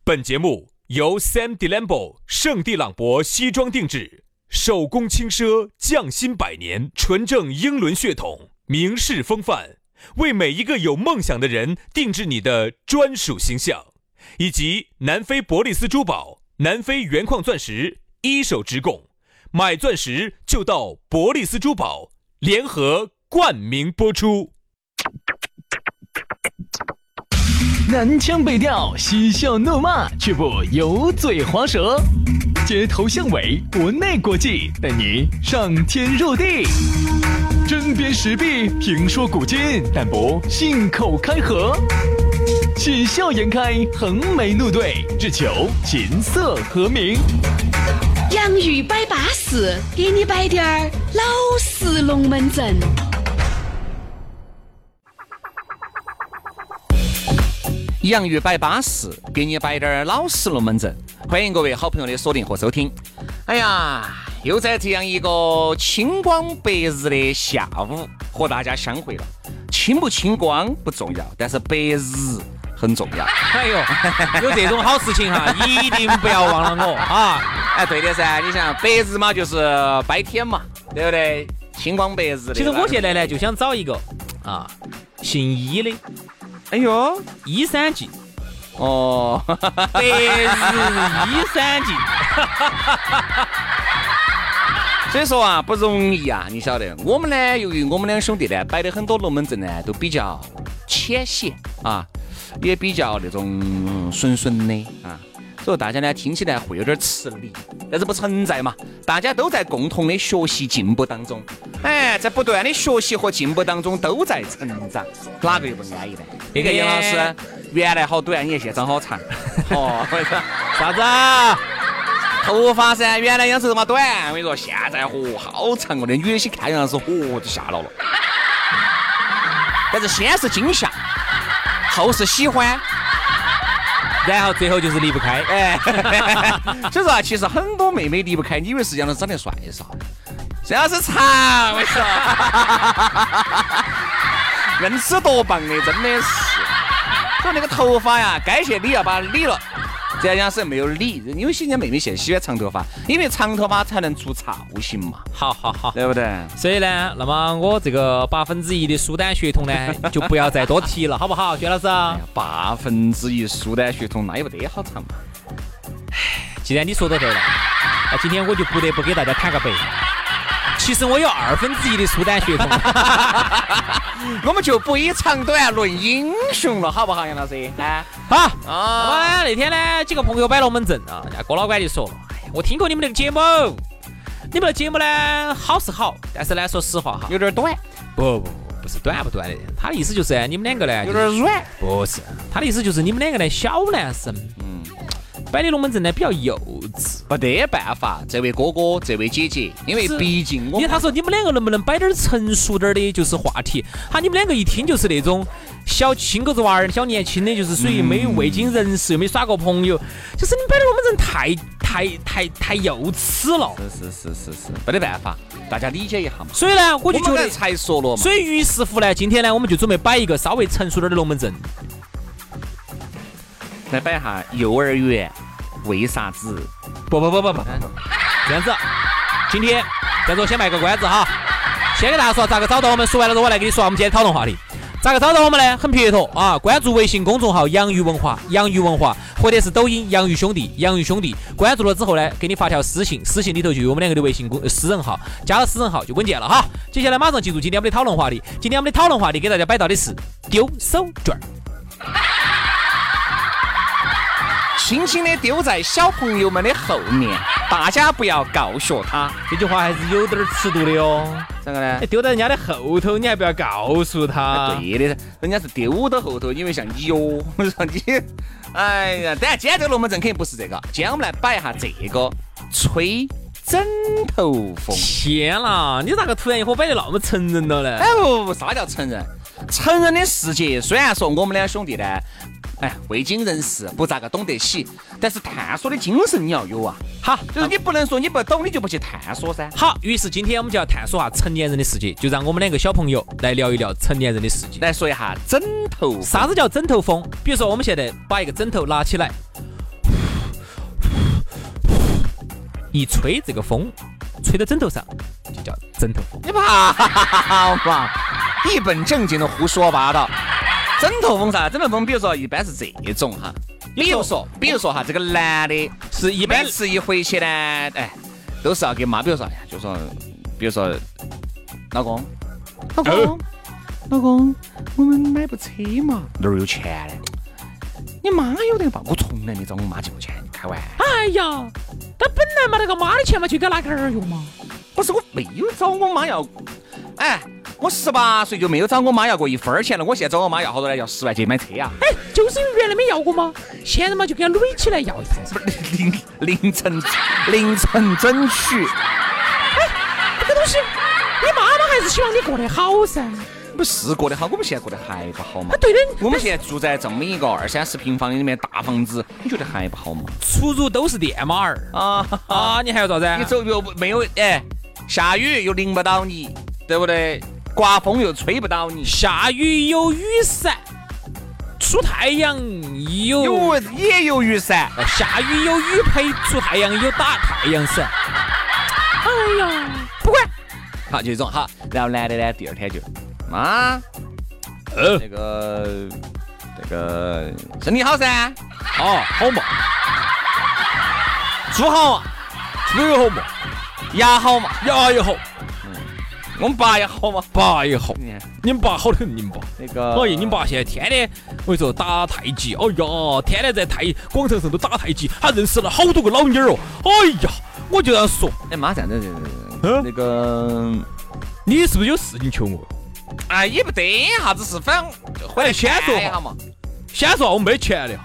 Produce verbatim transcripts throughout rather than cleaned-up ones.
本节目由 Sam Delambo 圣地朗博西装定制，手工轻奢，匠心百年，纯正英伦血统，名士风范，为每一个有梦想的人定制你的专属形象。以及南非伯利斯珠宝、南非原矿钻石一手直供，买钻石就到伯利斯珠宝，联合冠名播出。 南腔北调，嬉笑怒骂，却不油嘴滑舌，街头巷尾，国内国际，带你上天入地，针砭时弊，评说古今，但不信口开河，喜笑颜开，横眉怒对，只求琴瑟和鸣。 洋芋摆巴士，给你摆点儿老式龙门阵。 洋芋摆巴士，给你摆点老实龙门阵。欢迎各位好朋友的锁定和收听。哎呀，又在这样一个清光白日的下午和大家相会了。清不清光不重要，但是白日很重要。 哎呦，有这种好事情哈，一定不要忘了我啊！ 哎，对的噻，你想白日嘛，就是白天嘛，对不对？清光白日的。 其实我现在呢，就想找一个啊，姓伊的。 哎呦， 一三季哦， 白日一三季。 所以说啊，不容易啊，你晓得。我们呢，由于我们两兄弟呢，摆的很多龙门阵呢，都比较浅显啊，也比较那种顺顺的啊，所以大家呢听起来会有点吃力，但是不存在嘛，大家都在共同的学习进步当中，哎，在不断的学习和进步当中都在成长，哪个又不安逸呢？那个杨老师原来好短，你现在长好长，哦， 啥子啊？ 头发噻，原来杨子这么短，我跟你说，现在嚯好长哦，那女的些看样子嚯就吓到了。但是先是惊吓，后是喜欢， 然后最后就是离不开。 哎，所以说啊，其实很多妹妹离不开，你以为是杨老师长得帅少，这要是长，我跟你说，硬是多棒的，真的是。所以那个头发呀，该去理要把它理了。这样讲是没有理，因为现在妹妹现在喜欢长头发，因为长头发才能出造型嘛。 好好好， 对不对？ 所以呢，那么我这个八分之一的苏丹血统呢，就不要再多提了，好不好，薛老师？ 八分之一苏丹血统那也不得好长嘛。 既然你说到这儿了，那今天我就不得不给大家坦个白。其实我有二分之一的苏丹血统。 我们就不以长短论英雄了，好不好，杨老师？啊， 好啊。那么呢，那天呢，几个朋友摆龙门阵啊，郭老倌就说：“哎，我听过你们那个节目，你们的节目呢好是好，但是呢，说实话哈， 有点短。 不不不是短不短的，他的意思就是你们两个呢有点软。 不是，他的意思就是你们两个呢小男生，嗯，摆的龙门阵呢比较幼稚。 不得办法，这位哥哥，这位姐姐，因为毕竟我， 因为他说你们两个能不能摆点成熟点的，就是话题。哈，你们两个一听就是那种小青狗子娃儿，小年轻的，就是属于没有未经人事，又没耍过朋友，就是你摆的龙门阵太太太太幼稚了。 是是是是是，没得办法，大家理解一下嘛。 所以呢，我就觉得才说了嘛。 所以于是乎呢，今天呢，我们就准备摆一个稍微成熟点的龙门阵， 来摆一下幼儿园。为啥子？ 不不不不不，这样子，今天在这先卖个关子哈，先给大家说咋个找到我们，说完了之后我来给你说我们今天讨论话题。咋个找到我们呢？很撇脱啊，关注微信公众号洋芋文化，洋芋文化，或者是抖音洋芋兄弟，洋芋兄弟，关注了之后呢，给你发条私信，私信里头就有我们两个的微信公私人号，加了私人号就稳健了哈。接下来马上记住今天我们的讨论话题，今天我们的讨论话题给大家摆到的是丢手绢儿。 轻轻地丢在小朋友们的后面，大家不要告学他。 这句话还是有点尺度的哟。 咋个呢？ 丢在人家的后头，你还不要告诉他。 对的，人家是丢到后头，因为像你哟，我说你，哎呀，当然今天这个龙门阵肯定不是这个，今天我们来摆一下这个吹枕头风。 天啦，你咋个突然一会摆得那么成人了呢？ 哎不不不，啥叫成人？成人的世界，虽然说我们两兄弟呢，哎，未经人事，不咋个懂得起，但是探索的精神你要有啊。 好， 就是你不能说你不懂，你就不去探索噻。 好，于是今天我们就要探索下成年人的世界，就让我们两个小朋友来聊一聊成年人的世界。 来说一下枕头， 啥子叫枕头风？比如说我们现在把一个枕头拿起来， 一吹这个风，吹到枕头上就叫枕头风。 你怕嘛？一本正经的胡说八道。枕头风啥？枕头风，比如说一般是这种哈，比如说，比如说哈，这个男的是一般每次一回去呢，哎，都是要给妈，比如说，哎呀，就说，比如说，老公，老公，呃、老公，我们买部车嘛，哪儿有钱呢？你妈有得吧？我从来没找我妈借过钱，你开玩笑。 哎呀，他本来嘛那个妈的钱嘛，就给哪个儿用嘛？ 不是我没有找我妈要，哎。我十八岁就没有找我妈要过一分钱了，我现在找我妈要好多呢？要十万去买车啊！ 哎，就是原来没要过吗？现在嘛就给他垒起来要一台， 不是凌凌晨凌晨争取。 哎，这个东西，你妈妈还是希望你过得好噻。 不是过得好，我们现在过得还不好吗？ 啊，对的， 我们现在住在这么一个二三十平方里面大房子，你觉得还不好吗？ 出入都是电马儿啊啊！你还要咋子？ 你走又没有哎，下雨又淋不到你，对不对？刮风又吹不到你， 下雨有雨伞，出太阳有有也有雨伞， 下雨有雨披，出太阳有打太阳伞。哎呀，不管， 好就这种好。然后男的呢，第二天就啊，呃，那个那个身体好噻， 哦，好嘛， 猪好嘛， 猪也好嘛， 牙好嘛， 牙也好。 我们爸也好嘛， 爸也好，你们爸好得很，你们爸那个， 哎呀，你们爸现在天天我跟你说打太极，哎呀，天天在太广场上都打太极，还认识了好多个老妞儿哦，哎呀，我就这样说， 哎妈，这样子，嗯，那个， 你是不是有事情求我？ 哎，也不得啥子事，反正回来先说哈嘛， 先说我没钱的，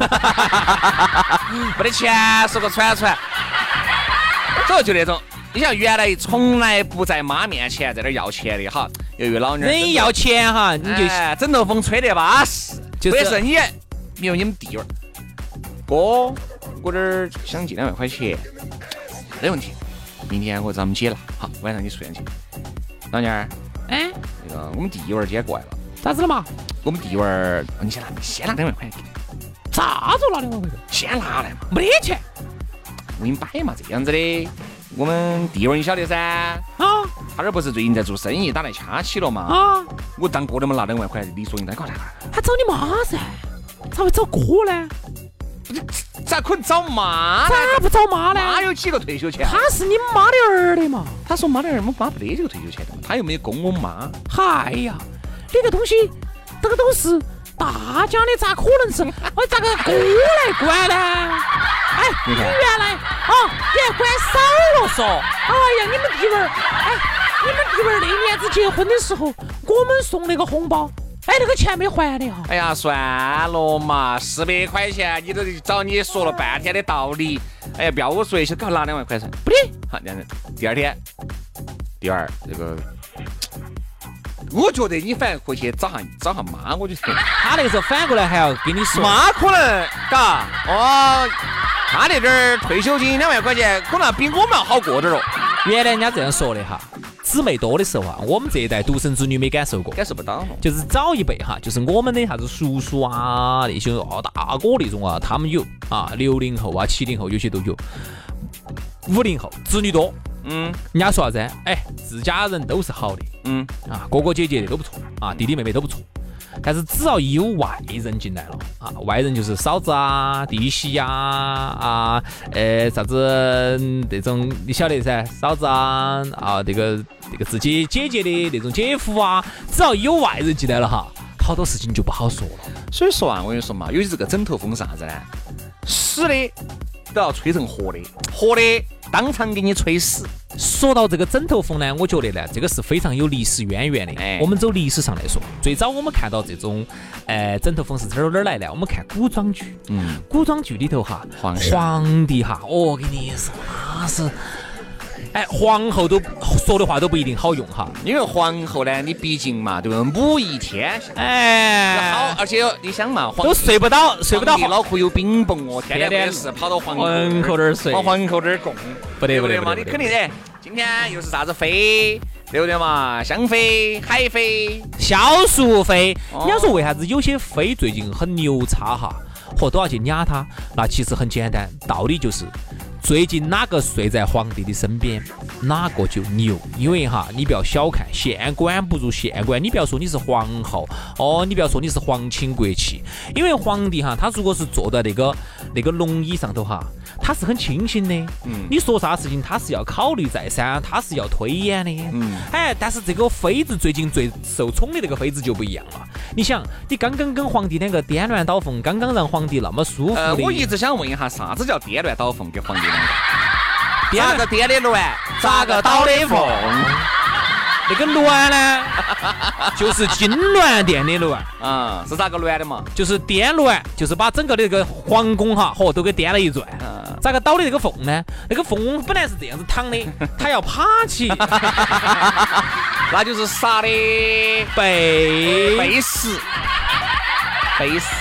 没得钱说个串串，这就那种。你像原来从来不在妈面前在那要钱的哈，由于老娘人要钱哈，你就哎，枕头风吹得巴适，就是你，比如你们弟儿，哥，我这儿想借两万块钱，没问题，明天我找我们姐了，好，晚上你出现去。老娘儿， 哎， 那个我们弟儿今天过来了， 咋子了嘛？ 我们弟儿，你先拿，先拿两万块钱， 咋子拿两万块钱？ 先拿来嘛， 没得钱， 我给你摆嘛，这样子的。我们弟儿你晓得噻，啊，他这不是最近在做生意，打来掐起了嘛，啊，我当哥的嘛拿两万块理所应当，搞啥？ 他找你妈噻，咋会找哥呢？ 咋可能找妈？ 咋不找妈呢？ 妈有几个退休钱？ 他是你妈的儿的嘛？ 他说妈的儿，我妈不得这个退休钱的嘛，他又没有供我妈。 嗨呀，这个东西，这个都是大家的，咋可能是我咋个哥来管呢？哎，你原来啊，你还管少了说。哎呀，你们弟儿，哎，你们弟儿那年子结婚的时候，我们送那个红包，哎，那个钱没还的哈。 哎呀，算了嘛，四百块钱，你都找你说了半天的道理。哎呀，不要我说一些，搞拿两万块钱， 不得。 好，这样子，第二天，第二这个。我觉得你反正回去找下找下妈，我就他那个时候反过来还要跟你说， 妈可能嘎哦，他那点儿退休金两万块钱，可能比我们要好过点儿哦。 原来人家这样说的哈，姊妹多的时候啊，我们这一代独生子女没感受过， 感受不到， 就是早一辈哈，就是我们的啥子叔叔啊那些哦大哥那种啊，他们有啊，六零后啊七零后有些都有，五零后子女多。嗯，人家说啥子？哎，自家人都是好的，嗯啊，哥哥姐姐的都不错啊，弟弟妹妹都不错。但是只要一有外人进来了啊，外人就是嫂子啊、弟媳呀啊，呃啥子那种你晓得噻，嫂子啊啊，这个这个自己姐姐的那种姐夫啊，只要有外人进来了哈，好多事情就不好说了。 所以说啊，我跟你说嘛，尤其这个枕头风啥子呢？死的都要吹成活的，活的当场给你吹死。 说到这个枕头风呢，我觉得呢，这个是非常有历史渊源的。哎、我们走历史上来说，最早我们看到这种呃枕头风是哪儿哪儿来的？我们看古装剧，嗯，古装剧里头哈， 皇皇帝哈，我跟你说那是。哎，皇后都说的话都不一定好用哈， 因为皇后呢，你毕竟嘛，对吧？母仪天下， 哎， 好，而且你想嘛， 都睡不到，睡不到， 脑壳有冰崩哦，天天没事跑到皇皇后那儿睡， 往皇后那儿供， 不得不得嘛，你肯定得，今天又是啥子妃，对不对嘛？香妃、海妃、 萧淑妃，你要说为啥子有些妃最近很牛叉哈，或都要去撵她？那其实很简单，道理就是。 最近哪个睡在皇帝的身边，哪个就牛。因为哈，你不要小看县官不如县官，你不要说你是皇后哦，你不要说你是皇亲国戚，因为皇帝哈，他如果是坐在那个那个龙椅上头哈，他是很清醒的。嗯，你说啥事情他是要考虑再三，他是要推演的。嗯，哎，但是这个妃子最近最受宠的那个妃子就不一样了。你想，你刚刚跟皇帝两个颠鸾倒凤，刚刚让皇帝那么舒服的。 呃，我一直想问一下，啥子叫颠鸾倒凤给皇帝两个？咋个颠的鸾，咋个倒的凤？ 那个鸾呢，就是金銮殿的鸾啊，是咋个鸾的嘛？ 就是颠鸾，就是把整个的这个皇宫哈，嚯，都给颠了一转。咋个倒的那个凤呢？那个凤本来是这样子躺的，它要爬起， 那就是啥的背背死，背死。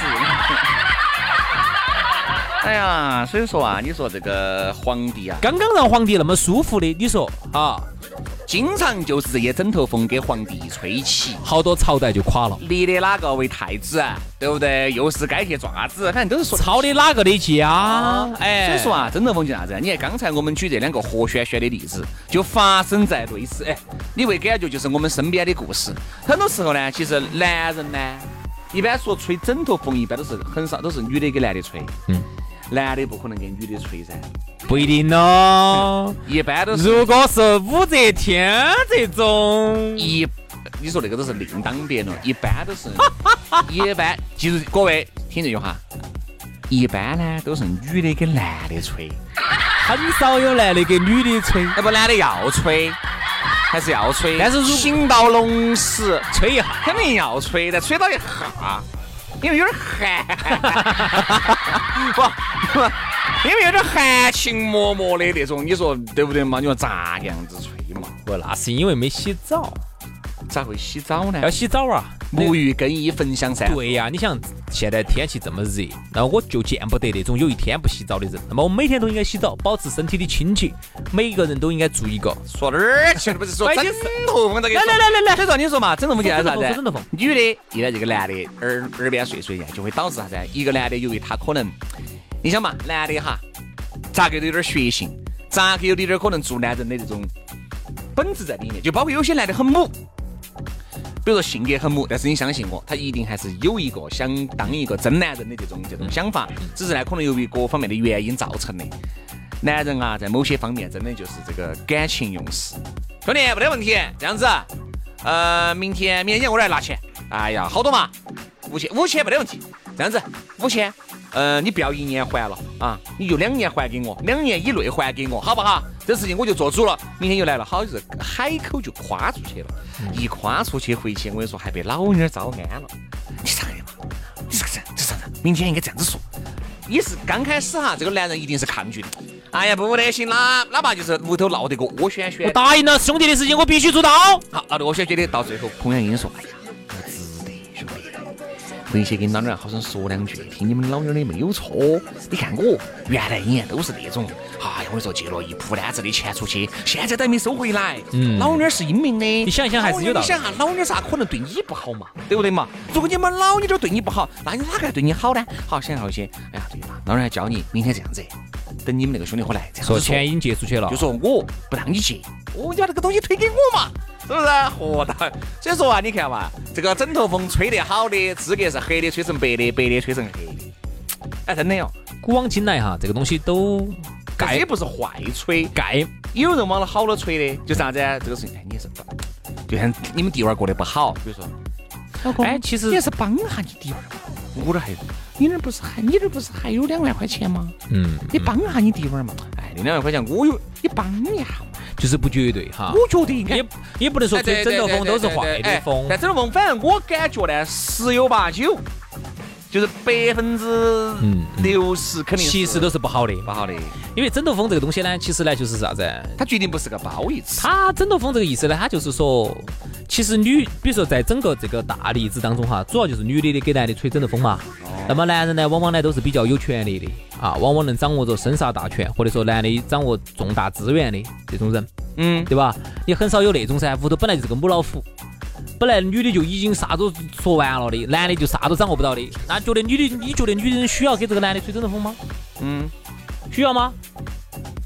哎呀，所以说啊，你说这个皇帝啊， 刚刚让皇帝那么舒服的，你说啊， 经常就是这些枕头风给皇帝吹起， 好多朝代就垮了。 立的哪个为太子啊？对不对？又是该去爪子，反正都是说抄的哪个的家？ 啊、哎，所以说啊，枕头风就啥子？你看刚才我们举这两个活轩轩的例子，就发生在类似哎，你会感觉就是我们身边的故事。很多时候呢，其实男人呢，一般说吹枕头风，一般都是很少都是女的给男的吹，嗯。男的不可能给女的吹噻， 不一定哦。 一般都是， 如果是武则天这种， 一你说那个都是另当别论，一般都是，一般记住各位听这句话，一般呢都是女的给男的吹， 很少有男的给女的吹。 那不男的要吹，还是要吹，但是如情到浓时吹一下， 肯定要吹，但吹到一下。因为有点寒，不不，因为有点含情脉脉的那种，你说对不对嘛？你说咋样子吹嘛？ 不，那是因为没洗澡。 咋会洗澡呢？ 要洗澡啊！ 沐浴更衣分享噻。 对呀、啊，你想现在天气这么热，那我就见不得那种有一天不洗澡的人。那么我每天都应该洗澡，保持身体的清洁。每一个人都应该做一个。 说哪儿去？不是说枕头风这个。来来来来来，所以说你说嘛，枕头风就是啥子？ 枕头风。 女的一在这个男的耳耳边睡睡呀，就会导致啥子？一个男的由于他可能，你想嘛，男的哈，咋个都有点血性，咋个有点可能做男人的这种本质在里面，就包括有些男的很母。比如说性格很母，但是你相信我，他一定还是有一个想当一个真男人的这种这种想法，只是呢可能由于各方面的原因造成的。男人啊，在某些方面真的就是这个感情用事。兄弟，没得问题，这样子，呃，明天明天我来拿钱。哎呀，好多嘛，五千五千没得问题。这样子，五千，呃，你不要一年还了啊，你就两年还给我，两年以内还给我，好不好？这事情我就做主了，明天又来了，好就是海口就夸出去了，嗯、一夸出去回去，我跟你说还被老妞招安了。你啥的嘛？你这个人，这啥子？明天应该这样子说。也是刚开始哈，这个男人一定是抗拒的。哎呀，不得行啦，哪怕就是屋头闹得个窝轩轩， 我答应了兄弟的事情，我必须做到。 好，闹得窝轩轩的，到最后彭阳英说：“哎呀，我值得，兄弟。”回去跟老娘好生说两句，听你们老娘的没有错。你看我原来以前都是那种，哎呀，我说借了一铺单子的钱出去，现在都没收回来。嗯，老娘是英明的。 你想一想还是有道理。 你想下，老娘咋可能对你不好嘛？对不对嘛？如果你们老娘都对你不好，那你哪个对你好呢？好，想好些。哎呀，对了，老娘教你明天这样子，等你们那个兄弟伙来，这样子说钱已经借出去了， 就说我不让你借，我要那个东西推给我嘛。是不是？活的，所以说啊，你看嘛，这个枕头风吹得好的，资格是黑的吹成白的，白的吹成黑的。哎，真的哟， 古往今来哈，这个东西都盖也不是坏吹， 盖有人往了好了吹的，就啥子？这个事情，哎，你也是，就像你们弟娃过得不好，比如说，老公， 哎，其实你也是帮下你弟娃嘛，我这还有，你那不是还你这不是还有两万块钱吗？嗯，你帮下你弟娃嘛。哎，那两万块钱我有，你帮一下嘛。 就是不绝对哈， 我觉得应该也也不能说吹枕头风都是坏的风， 但枕头风反正我感觉呢，十有八九就是百分之六十肯定其实都是不好的， 不好的。 因为枕头风这个东西呢，其实呢就是啥子？ 它决定不是个褒义词。 它枕头风这个意思呢，它就是说，其实女，比如说在整个这个大例子当中哈，主要就是女的给男的吹枕头风嘛。哦、那么男人呢，往往呢都是比较有权利的啊，往往能掌握着生杀大权，或者说男的掌握重大资源的这种人，嗯，对吧？也很少有那种噻，屋头本来就是个母老虎。本来女的就已经啥都说完了的，男的就啥都掌握不到的，那觉得女的，你觉得女人需要给这个男的吹枕头风吗？嗯，需要吗？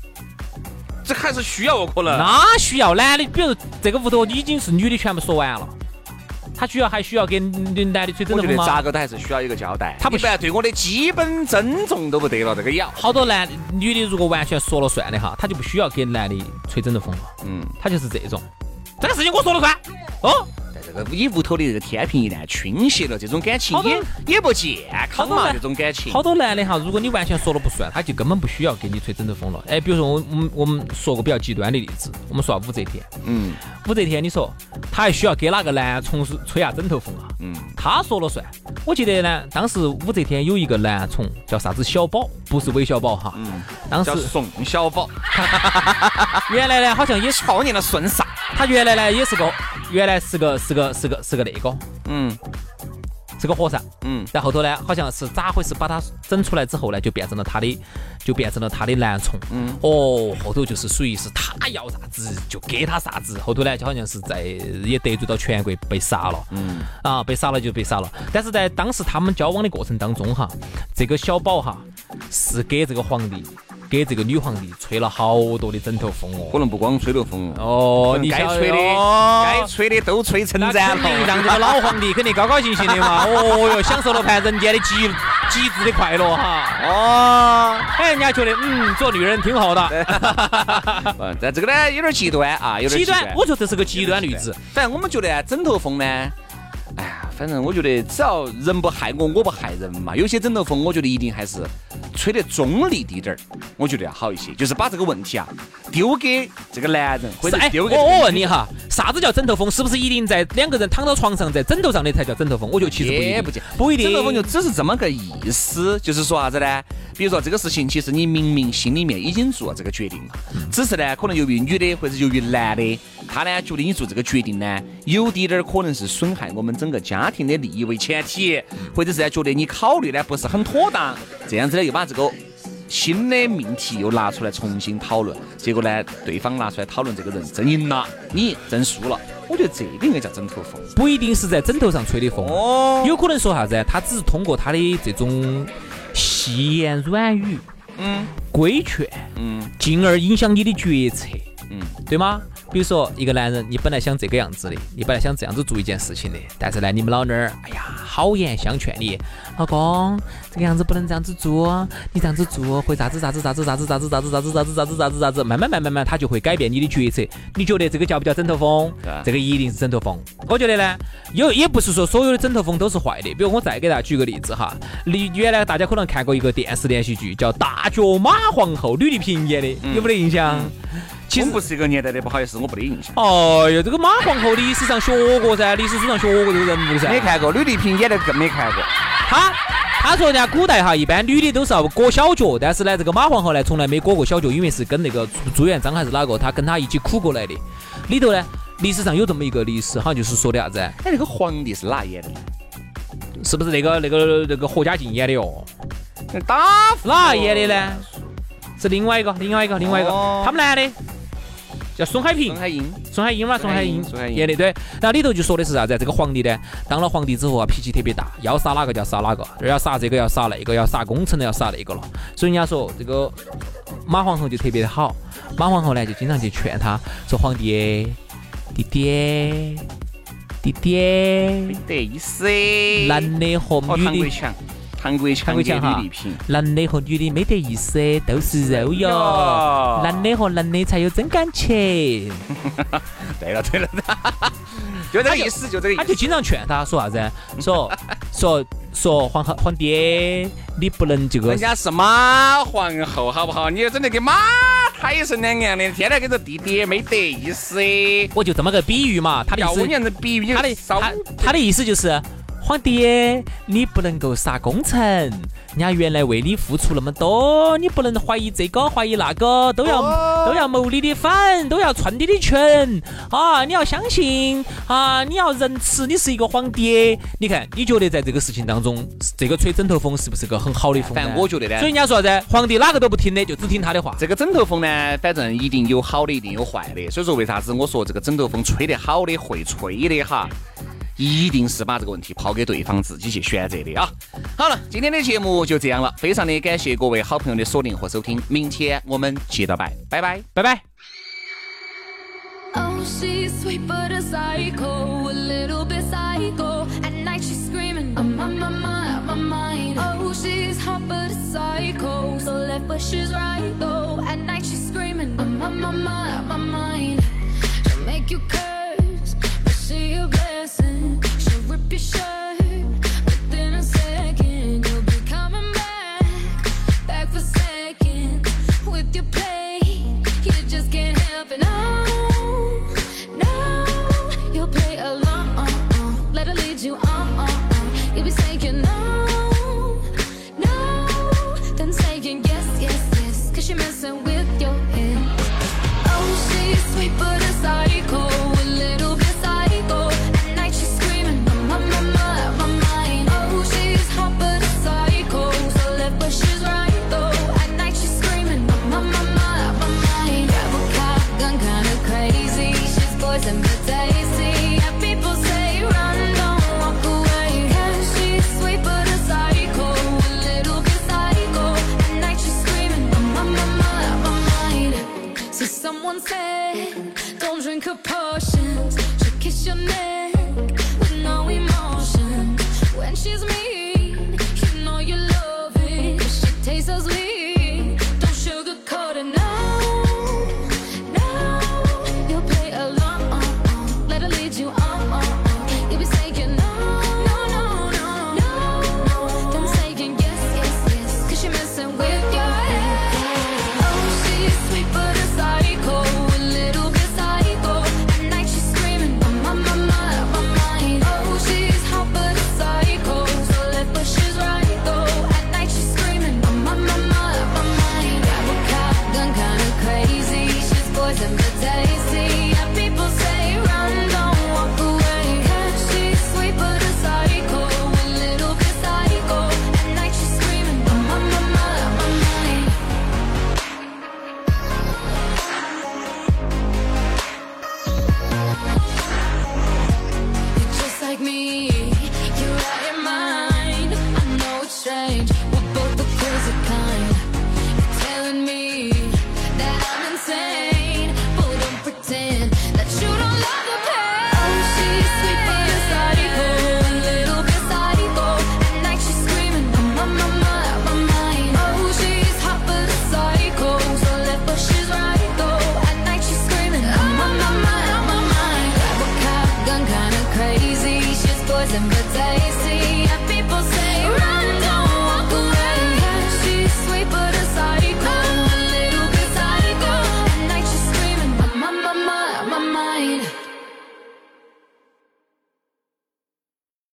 这还是需要可能。 那需要男的，比如这个屋头已经是女的全部说完了，他需要还需要给男的吹枕头风吗？ 我觉得咋个都还是需要一个交代。 他不一般对我的基本尊重都不得了，这个要。 好多男女的如果完全说了算的哈，他就不需要给男的吹枕头风了。 嗯， 他就是这种，这个事情我说了算。哦。 这个你屋头的这个天平一旦倾斜了，这种感情也也不健康嘛，这种感情。 好多男的哈，如果你完全说了不算，他就根本不需要给你吹枕头风了。哎，比如说我我们我们说过比较极端的例子，我们说武则天， 嗯， 武则天你说他还需要给哪个男从吹下枕头风啊？嗯，他说了算。我记得呢，当时武则天有一个男宠叫啥子小宝，不是韦小宝哈，嗯，当时叫宋小宝。 原来呢好像也是少年的孙啥， 他原来呢也是个原来是个是个是个是个那个， 嗯， 是个和尚， 嗯， 然后头呢，好像是咋回事，把他整出来之后呢，就变成了他的，就变成了他的男宠，嗯，哦，后头就是属于是他要啥子就给他啥子，后头呢就好像是在也得罪到全国被杀了，嗯，啊，被杀了就被杀了，但是在当时他们交往的过程当中哈，这个小宝哈是给这个皇帝。给这个女皇帝吹了好多的枕头风哦， 可能不光吹了风哦，你该吹的该吹的都吹成展了， 让这个老皇帝肯定高高兴兴的嘛，哦哟，享受了盘人间的极极致的快乐哈，哦，哎，人家觉得嗯，做女人挺好的， 嗯，但这个呢有点极端啊，有点极端，我觉得这是个极端例子。 反正我们觉得枕头风呢。哎呀，反正我觉得只要人不害我，我不害人嘛。有些枕头风，我觉得一定还是吹得中立滴点儿，我觉得要好一些。就是把这个问题啊丢给这个男人，或者丢给、 哎、我我问你哈，啥子叫枕头风？是不是一定在两个人躺到床上在枕头上的才叫枕头风？我觉得其实不一定， 不不一定。 枕头风就只是这么个意思，就是说啥子呢？比如说这个事情，其实你明明心里面已经做了这个决定了，嗯、只是呢，可能由于女的或者由于男的，他呢觉得你做这个决定呢，有滴点儿可能是损害我们整个家庭的利益为前提，或者是呢觉得你考虑呢不是很妥当，这样子呢又把这个新的命题又拿出来重新讨论，结果呢对方拿出来讨论这个人真赢了，你真输了。我觉得这个应该叫枕头风， 不一定是在枕头上吹的风，哦，有可能说啥子？他只是通过他的这种细言软语，嗯，规劝，嗯，进而影响你的决策，嗯，对吗？比如说一个男人，你本来想这个样子的，你本来想这样子做一件事情的，但是呢，你们老娘儿，哎呀，好言相劝你，老公，这个样子不能这样子做，你这样子做会咋子咋子咋子咋子咋子咋子咋子咋子咋子咋子咋子，慢慢慢慢慢，他就会改变你的决策。你觉得这个叫不叫枕头风？这个一定是枕头风。我觉得呢，有也不是说所有的枕头风都是坏的。比如我再给大家举个例子哈，你原来大家可能看过一个电视连续剧叫《大脚马皇后》，吕丽萍演的，有没得印象？ 其实不是一个年代的，不好意思，我不得印象。 哦哟，这个马皇后历史上学过噻，历史书上学过这个人物噻。 没看过，吕丽萍演的更没看过。 他他说人家古代哈，一般女的都是要裹小脚，但是呢，这个马皇后呢从来没裹过小脚，因为是跟那个朱元璋还是哪个，他跟他一起苦过来的。里头呢，历史上有这么一个历史，好像就是说的啥子？哎， 那个皇帝是哪演的？ 是不是那个那个那个何家劲演的哦？ 打哪演的呢？是另外一个，另外一个，另外一个，哦、他们男的。叫孙海平， 孙海英， 孙海英嘛，孙海英演的对。然后里头就说的是啥子？这个皇帝呢，当了皇帝之后啊，脾气特别大，要杀哪个就要杀哪个，要杀这个要杀那个，要杀功臣的要杀那个了。所以人家说这个马皇后就特别的好，马皇后呢就经常去劝他说：“皇帝，弟弟，弟弟， 没得意思， 男的和女的。” 韩国强，给吕丽萍， 男的和女的没得意思，都是肉哟。男的和男的才有真感情。 对了对了，就这个意思，就这个意思。 他就经常劝他说啥子？说说说皇后皇帝，你不能这个。 人家是马皇后，好不好？你真的跟马胎神两样的，天天跟着弟弟，没得意思。 我就这么个比喻嘛，他的意思， 的比喻， 他的他他的意思就是。皇帝，你不能够杀功臣，人家原来为你付出那么多，你不能怀疑这个怀疑那个，都要、哦、都要谋你的反，都要穿你的裙啊！你要相信啊，你要仁慈，你是一个皇帝。你看，你觉得在这个事情当中，这个吹枕头风是不是个很好的风呢？ 反正我觉得呢， 所以人家说啥子，皇帝哪个都不听的，就只听他的话。 这个枕头风呢，反正一定有好的，一定有坏的。所以说，为啥子我说这个枕头风吹得好的会吹的哈？ 一定是把这个问题抛给对方自己去选择的啊。好了，今天的节目就这样了，非常的感谢各位好朋友的锁定和收听，明天我们接着拜，拜拜， 拜拜。 Oh, she's sweet but a psycho, a little bit psycho. At night she's screaming, I'm on my mind, my mind. Oh, she's hot but a psycho, so left but she's right though. At night she's screaming, I'm on my mind, my mind. She'll make you curse, but she a blessing. She'll rip your shirt within a second. You'll be coming back, back for seconds. With your play, you just can't help it. No. Let her lead you on, on, on. You'll be saying no, no, then saying yes, yes, yes, cause you're messing with your head. Oh, she's sweet but